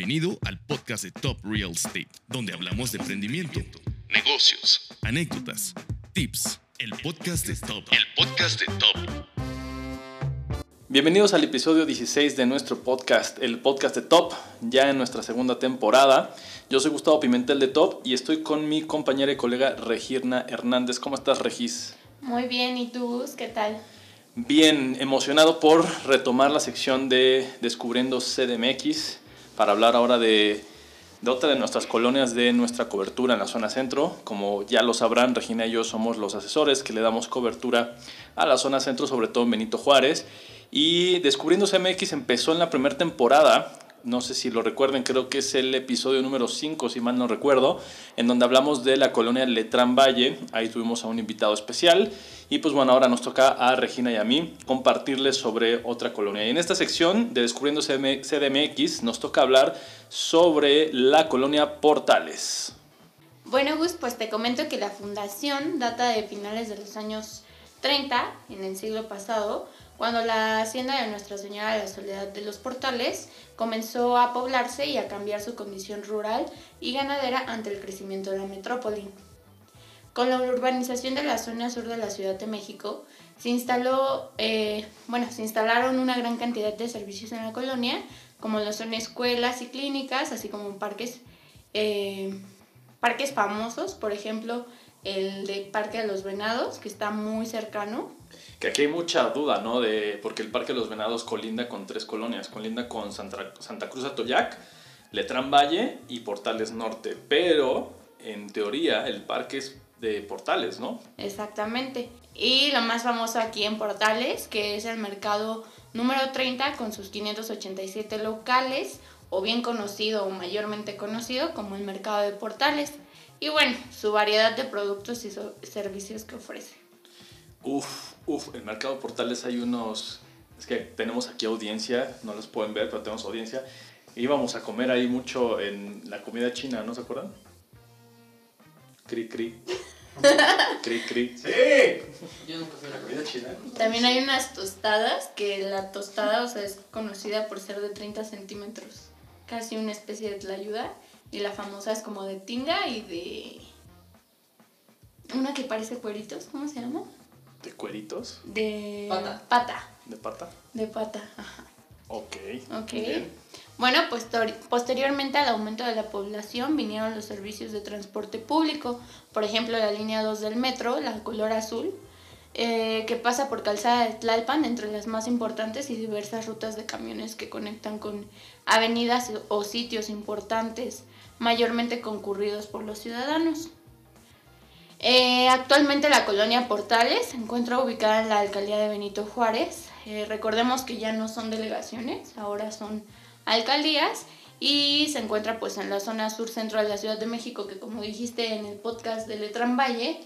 Bienvenido al podcast de Top Real Estate, donde hablamos de emprendimiento, negocios, anécdotas, tips. El podcast de Top. Bienvenidos al episodio 16 de nuestro podcast, el podcast de Top, ya en nuestra segunda temporada. Yo soy Gustavo Pimentel de Top y estoy con mi compañera y colega Regina Hernández. ¿Cómo estás, Regis? Muy bien, ¿y tú, Gus? ¿Qué tal? Bien, emocionado por retomar la sección de Descubriendo CDMX para hablar ahora de otra de nuestras colonias de nuestra cobertura en la zona centro. Como ya lo sabrán, Regina y yo somos los asesores que le damos cobertura a la zona centro, sobre todo en Benito Juárez. Y Descubriendo CDMX empezó en la primera temporada, no sé si lo recuerden, creo que es el episodio número 5, si mal no recuerdo, en donde hablamos de la colonia Letrán Valle. Ahí tuvimos a un invitado especial. Y pues bueno, ahora nos toca a Regina y a mí compartirles sobre otra colonia. Y en esta sección de Descubriendo CDMX nos toca hablar sobre la colonia Portales. Bueno, Gus, pues te comento que la fundación data de finales de los años 30, en el siglo pasado, cuando la hacienda de Nuestra Señora de la Soledad de los Portales comenzó a poblarse y a cambiar su condición rural y ganadera ante el crecimiento de la metrópoli. Con la urbanización de la zona sur de la Ciudad de México, se instalaron una gran cantidad de servicios en la colonia, como lo son escuelas y clínicas, así como parques famosos, por ejemplo, el de Parque de los Venados, que está muy cercano. Que aquí hay mucha duda, ¿no? Porque el Parque de los Venados colinda con 3 colonias. Colinda con Santa Cruz Atoyac, Letrán Valle y Portales Norte. Pero, en teoría, el parque es de Portales, ¿no? Exactamente. Y lo más famoso aquí en Portales, que es el mercado número 30 con sus 587 locales, o bien conocido o mayormente conocido como el mercado de Portales. Y bueno, su variedad de productos y servicios que ofrece. El mercado de Portales hay unos... Es que tenemos aquí audiencia, no los pueden ver, pero tenemos audiencia. Íbamos a comer ahí mucho en la comida china, ¿no se acuerdan? Cri, cri. Cri, cri. ¡Sí! Yo nunca fui a la comida china. También hay unas tostadas, que la tostada, es conocida por ser de 30 centímetros. Casi una especie de tlayuda. Y la famosa es como de tinga y de... una que parece cueritos, ¿cómo se llama? ¿De cueritos? De... Pata. ¿De pata? De pata, ajá. Ok. Bien. Bueno, pues posteriormente al aumento de la población vinieron los servicios de transporte público. Por ejemplo, la línea 2 del metro, la color azul, que pasa por Calzada de Tlalpan, entre las más importantes y diversas rutas de camiones que conectan con avenidas o sitios importantes, mayormente concurridos por los ciudadanos. Actualmente la colonia Portales se encuentra ubicada en la alcaldía de Benito Juárez. Recordemos que ya no son delegaciones, ahora son alcaldías, y se encuentra pues en la zona sur centro de la Ciudad de México, que como dijiste en el podcast de Letrán Valle,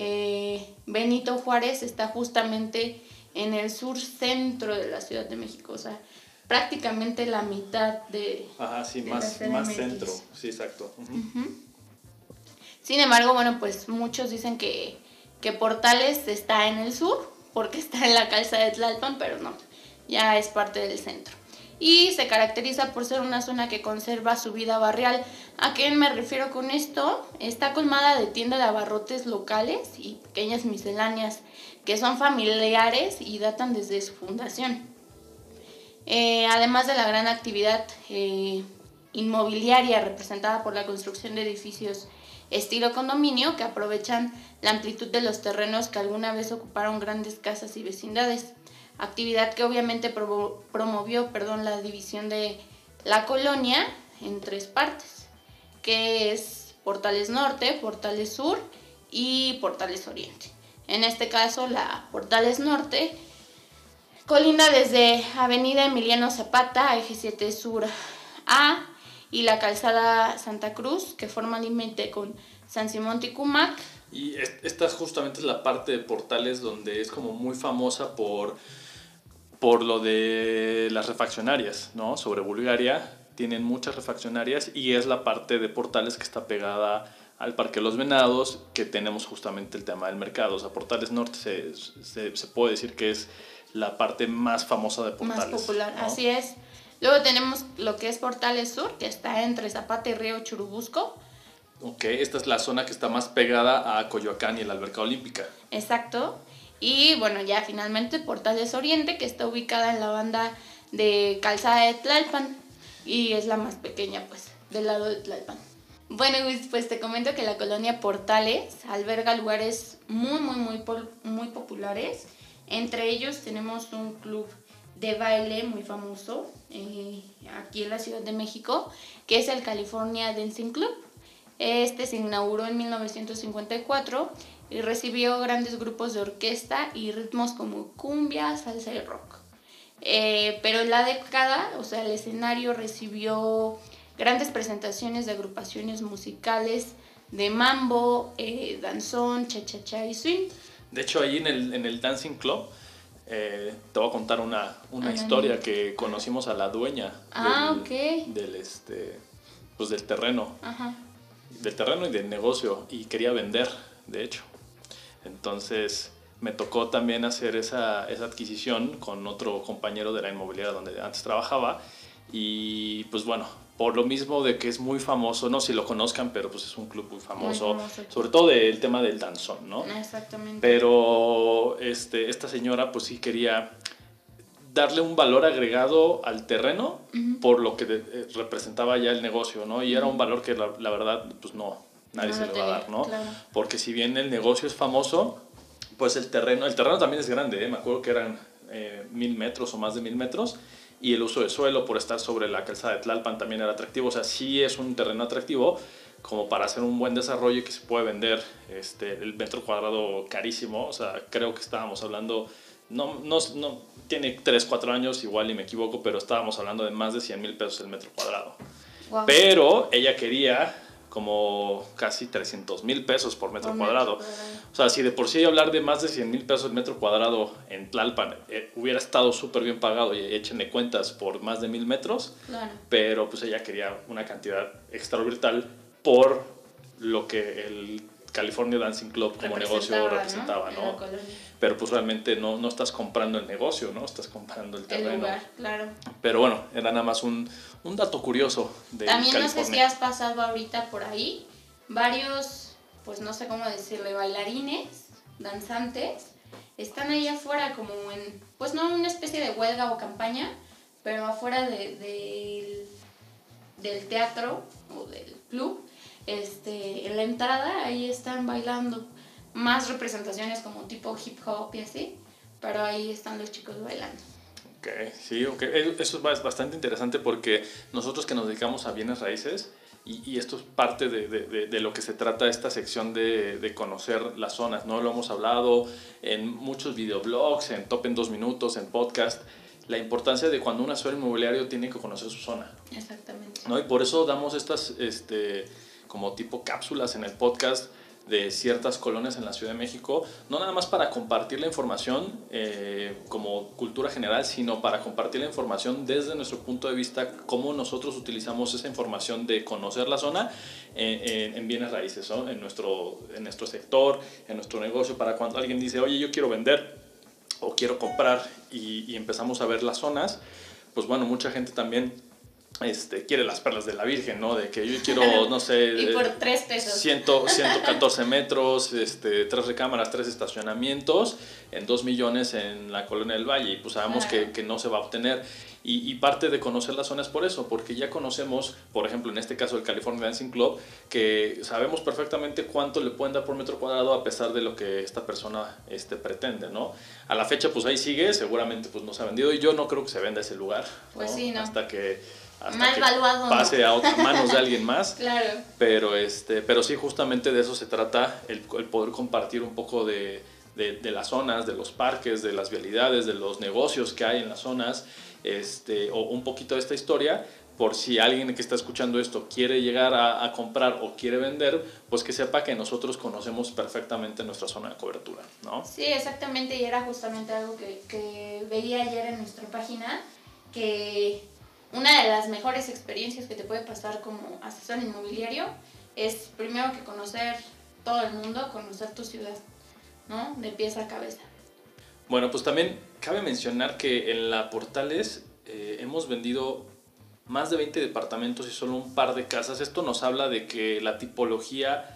Benito Juárez está justamente en el sur centro de la Ciudad de México, o sea, prácticamente la mitad de... Ajá, sí, de más la centro, sí, exacto. Uh-huh. Sin embargo, bueno, pues muchos dicen que Portales está en el sur, porque está en la calzada de Tlalpan, pero no, ya es parte del centro. Y se caracteriza por ser una zona que conserva su vida barrial. ¿A qué me refiero con esto? Está colmada de tiendas de abarrotes locales y pequeñas misceláneas que son familiares y datan desde su fundación. Además de la gran actividad inmobiliaria representada por la construcción de edificios estilo condominio, que aprovechan la amplitud de los terrenos que alguna vez ocuparon grandes casas y vecindades. Actividad que obviamente promovió la división de la colonia en 3 partes, que es Portales Norte, Portales Sur y Portales Oriente. En este caso, la Portales Norte colinda desde Avenida Emiliano Zapata, Eje 7 Sur A, y la calzada Santa Cruz, que forma límite con San Simón Ticumac. Y esta justamente es la parte de Portales donde es como muy famosa por lo de las refaccionarias, ¿no? Sobre Bulgaria tienen muchas refaccionarias y es la parte de Portales que está pegada al Parque de los Venados, que tenemos justamente el tema del mercado. O sea, Portales Norte se puede decir que es la parte más famosa de Portales. Más popular, ¿no? Así es. Luego tenemos lo que es Portales Sur, que está entre Zapata y Río Churubusco. Ok, esta es la zona que está más pegada a Coyoacán y la Alberca Olímpica. Exacto. Y bueno, ya finalmente Portales Oriente, que está ubicada en la banda de Calzada de Tlalpan y es la más pequeña, pues, del lado de Tlalpan. Bueno, pues te comento que la colonia Portales alberga lugares muy populares. Entre ellos tenemos un club de baile muy famoso aquí en la Ciudad de México, que es el California Dancing Club. Este se inauguró en 1954 y recibió grandes grupos de orquesta y ritmos como cumbia, salsa y rock. Pero en la década, o sea, el escenario recibió grandes presentaciones de agrupaciones musicales de mambo, danzón, cha-cha-cha y swing. De hecho, ahí en el Dancing Club, te voy a contar una historia que conocimos a la dueña del terreno. Ajá. Del terreno y del negocio, y quería vender, de hecho. Entonces me tocó también hacer esa adquisición con otro compañero de la inmobiliaria donde antes trabajaba, y pues bueno, por lo mismo de que es muy famoso, no sé si lo conozcan, pero pues es un club muy famoso sobre todo del tema del danzón, ¿no? Exactamente. Pero esta señora pues sí quería darle un valor agregado al terreno por lo que representaba ya el negocio, ¿no? Y era un valor que la verdad pues nadie se le va a dar, ¿no? Claro. Porque si bien el negocio es famoso, pues el terreno también es grande, ¿eh? Me acuerdo que eran 1000 metros o más de 1000 metros, y el uso de suelo por estar sobre la calzada de Tlalpan también era atractivo. O sea, sí es un terreno atractivo como para hacer un buen desarrollo y que se puede vender el metro cuadrado carísimo. O sea, creo que estábamos hablando, no tiene 3, 4 años, igual y me equivoco, pero estábamos hablando de más de 100,000 pesos el metro cuadrado. Wow. Pero ella quería como casi 300,000 pesos por metro cuadrado. O sea, si de por sí hablar de más de 100,000 pesos el metro cuadrado en Tlalpan hubiera estado súper bien pagado, y échenle cuentas por más de 1000 metros, claro. Pero pues ella quería una cantidad extraordinaria por lo que el California Dancing Club como negocio representaba, ¿no? Pero pues realmente no estás comprando el negocio, ¿no? Estás comprando el terreno. El lugar, claro. Pero bueno, era nada más un dato curioso de También California. no sé si has pasado ahorita por ahí varios, pues no sé cómo decirle, bailarines, danzantes, están ahí afuera como en, pues no una especie de huelga o campaña, pero afuera del teatro o del club, en la entrada ahí están bailando. Más representaciones como tipo hip hop y así, pero ahí están los chicos bailando. Ok, sí, okay. Eso es bastante interesante porque nosotros que nos dedicamos a bienes raíces, y esto es parte de lo que se trata esta sección de conocer las zonas, ¿no? Lo hemos hablado en muchos videoblogs, en Top en 2 minutos, en podcast, la importancia de cuando un asesor inmobiliario tiene que conocer su zona. Exactamente. ¿No? Y por eso damos estas como tipo cápsulas en el podcast de ciertas colonias en la Ciudad de México, no nada más para compartir la información como cultura general, sino para compartir la información desde nuestro punto de vista, cómo nosotros utilizamos esa información de conocer la zona en bienes raíces, ¿no? en nuestro sector, en nuestro negocio, para cuando alguien dice, oye, yo quiero vender o quiero comprar, y empezamos a ver las zonas, pues bueno, mucha gente también quiere las perlas de la Virgen, ¿no? De que yo quiero, no sé... y por 3 pesos. 114 metros, 3 recámaras, 3 estacionamientos, en 2 millones en la Colonia del Valle, y pues sabemos que no se va a obtener. Y parte de conocer las zonas por eso, porque ya conocemos, por ejemplo, en este caso el California Dancing Club, que sabemos perfectamente cuánto le pueden dar por metro cuadrado a pesar de lo que esta persona pretende, ¿no? A la fecha, pues ahí sigue, seguramente pues no se ha vendido, y yo no creo que se venda ese lugar, ¿no? Pues sí, ¿no? Hasta que valuado, pase a otras manos de alguien más. Claro. Pero sí, justamente de eso se trata, el poder compartir un poco de las zonas, de los parques, de las vialidades, de los negocios que hay en las zonas, o un poquito de esta historia, por si alguien que está escuchando esto quiere llegar a comprar o quiere vender, pues que sepa que nosotros conocemos perfectamente nuestra zona de cobertura, ¿no? Sí, exactamente, y era justamente algo que veía ayer en nuestra página, que una de las mejores experiencias que te puede pasar como asesor inmobiliario es primero que conocer todo el mundo, conocer tu ciudad, ¿no? De pies a cabeza. Bueno, pues también cabe mencionar que en la Portales hemos vendido más de 20 departamentos y solo un par de casas. Esto nos habla de que la tipología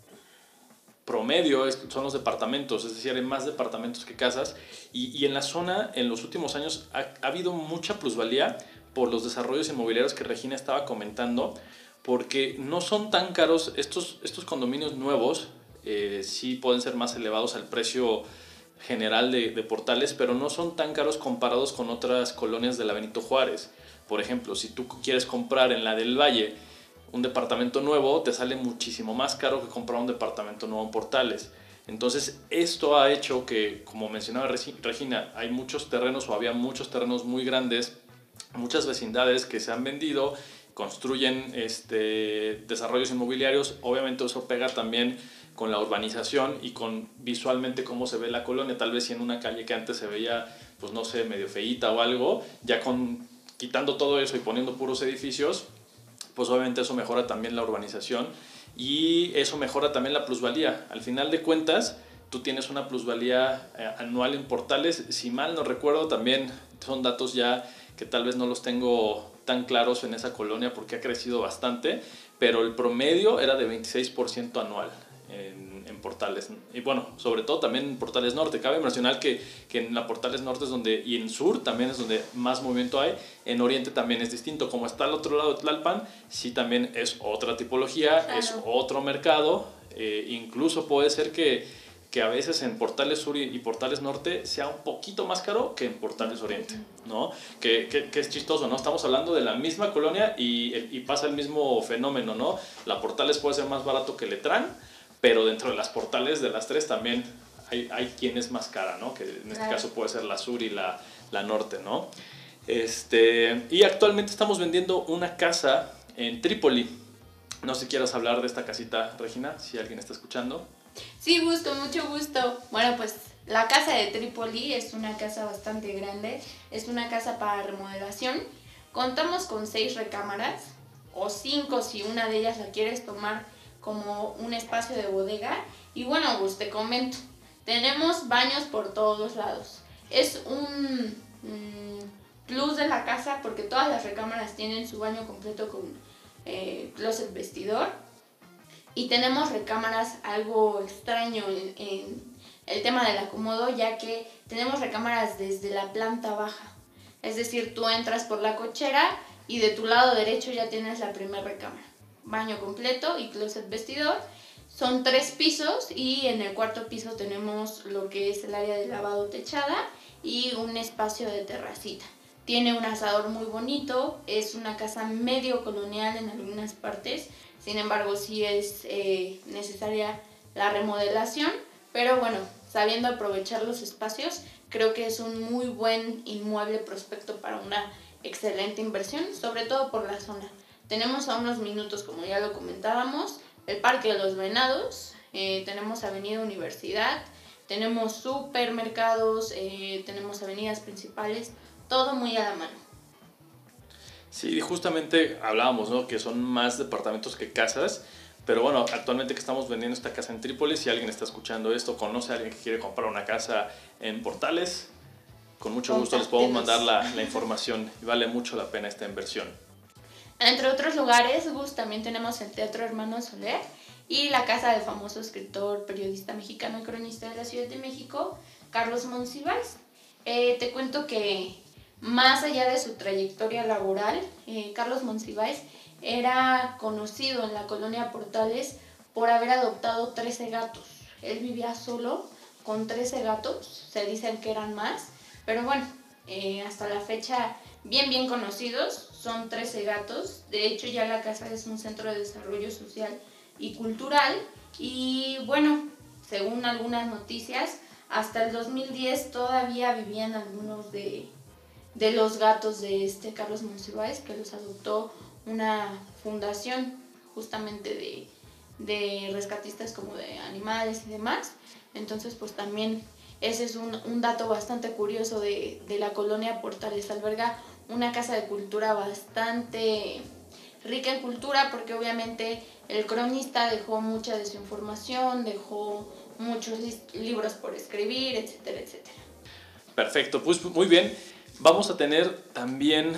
promedio son los departamentos, es decir, hay más departamentos que casas. Y en la zona, en los últimos años, ha habido mucha plusvalía por los desarrollos inmobiliarios que Regina estaba comentando, porque no son tan caros estos condominios nuevos. Sí pueden ser más elevados al precio general de Portales, pero no son tan caros comparados con otras colonias de la Benito Juárez. Por ejemplo, si tú quieres comprar en la del Valle un departamento nuevo, te sale muchísimo más caro que comprar un departamento nuevo en Portales. Entonces, esto ha hecho que, como mencionaba Regina, hay muchos terrenos o había muchos terrenos muy grandes, muchas vecindades que se han vendido, construyen desarrollos inmobiliarios. Obviamente eso pega también con la urbanización y con visualmente cómo se ve la colonia. Tal vez si en una calle que antes se veía, pues no sé, medio feíta o algo, ya quitando todo eso y poniendo puros edificios, pues obviamente eso mejora también la urbanización y eso mejora también la plusvalía. Al final de cuentas, tú tienes una plusvalía anual en Portales. Si mal no recuerdo, también son datos ya que tal vez no los tengo tan claros en esa colonia porque ha crecido bastante, pero el promedio era de 26% anual en Portales. Y bueno, sobre todo también en Portales Norte. Cabe mencionar que en la Portales Norte es donde, y en Sur también es donde más movimiento hay. En Oriente también es distinto. Como está al otro lado de Tlalpan, sí también es otra tipología, claro, es otro mercado. Incluso puede ser que a veces en Portales Sur y Portales Norte sea un poquito más caro que en Portales Oriente, ¿no? Que es chistoso, ¿no? Estamos hablando de la misma colonia y pasa el mismo fenómeno, ¿no? La Portales puede ser más barato que Letrán, pero dentro de las Portales de las tres también hay quien es más cara, ¿no? Que en este caso puede ser la Sur y la Norte, ¿no? Y actualmente estamos vendiendo una casa en Trípoli. No sé si quieras hablar de esta casita, Regina, si alguien está escuchando. Sí, mucho gusto. Bueno, pues la casa de Trípoli es una casa bastante grande, es una casa para remodelación. Contamos con 6 recámaras, o 5 si una de ellas la quieres tomar como un espacio de bodega. Y bueno, pues te comento, tenemos baños por todos lados. Es un plus de la casa porque todas las recámaras tienen su baño completo con closet vestidor. Y tenemos recámaras algo extraño en el tema del acomodo, ya que tenemos recámaras desde la planta baja. Es decir, tú entras por la cochera y de tu lado derecho ya tienes la primera recámara. Baño completo y closet vestidor. Son 3 pisos y en el 4.º piso tenemos lo que es el área de lavado techada y un espacio de terracita. Tiene un asador muy bonito, es una casa medio colonial en algunas partes. Sin embargo, sí es necesaria la remodelación, pero bueno, sabiendo aprovechar los espacios, creo que es un muy buen inmueble prospecto para una excelente inversión, sobre todo por la zona. Tenemos a unos minutos, como ya lo comentábamos, el Parque de los Venados, tenemos Avenida Universidad, tenemos supermercados, tenemos avenidas principales, todo muy a la mano. Sí, justamente hablábamos, ¿no? Que son más departamentos que casas, pero bueno, actualmente que estamos vendiendo esta casa en Trípoli, si alguien está escuchando esto, conoce a alguien que quiere comprar una casa en Portales, con mucho gusto les podemos mandar la información y vale mucho la pena esta inversión. Entre otros lugares, Gus, también tenemos el Teatro Hermano Soler y la casa del famoso escritor, periodista mexicano y cronista de la Ciudad de México, Carlos Monsiváis. Te cuento que más allá de su trayectoria laboral, Carlos Monsiváis era conocido en la colonia Portales por haber adoptado 13 gatos. Él vivía solo con 13 gatos, se dicen que eran más, pero bueno, hasta la fecha bien conocidos, son 13 gatos. De hecho, ya la casa es un centro de desarrollo social y cultural y bueno, según algunas noticias, hasta el 2010 todavía vivían algunos de los gatos de Carlos Monsiváis, que los adoptó una fundación justamente de rescatistas como de animales y demás. Entonces pues también ese es un dato bastante curioso de la colonia Portales. Alberga una casa de cultura bastante rica en cultura porque obviamente el cronista dejó mucha de su información, dejó muchos libros por escribir, etcétera, etcétera. Perfecto, pues muy bien. Vamos a tener también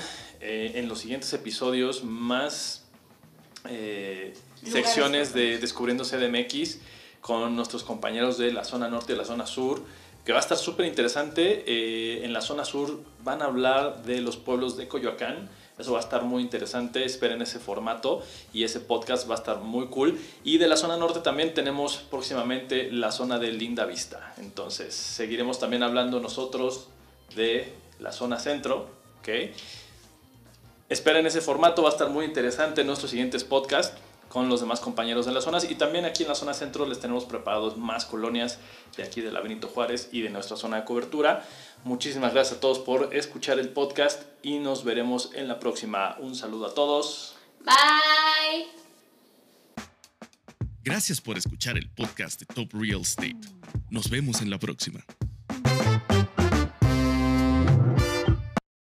en los siguientes episodios más secciones de Descubriendo CDMX con nuestros compañeros de la zona norte y la zona sur, que va a estar súper interesante. En la zona sur van a hablar de los pueblos de Coyoacán. Eso va a estar muy interesante, esperen ese formato y ese podcast va a estar muy cool. Y de la zona norte también tenemos próximamente la zona de Linda Vista. Entonces seguiremos también hablando nosotros de la zona centro, ¿ok? Esperen ese formato, va a estar muy interesante en nuestros siguientes podcasts con los demás compañeros de las zonas. Y también aquí en la zona centro les tenemos preparados más colonias de aquí de la Benito Juárez y de nuestra zona de cobertura. Muchísimas gracias a todos por escuchar el podcast y nos veremos en la próxima. Un saludo a todos. Bye. Gracias por escuchar el podcast de Top Real Estate. Nos vemos en la próxima.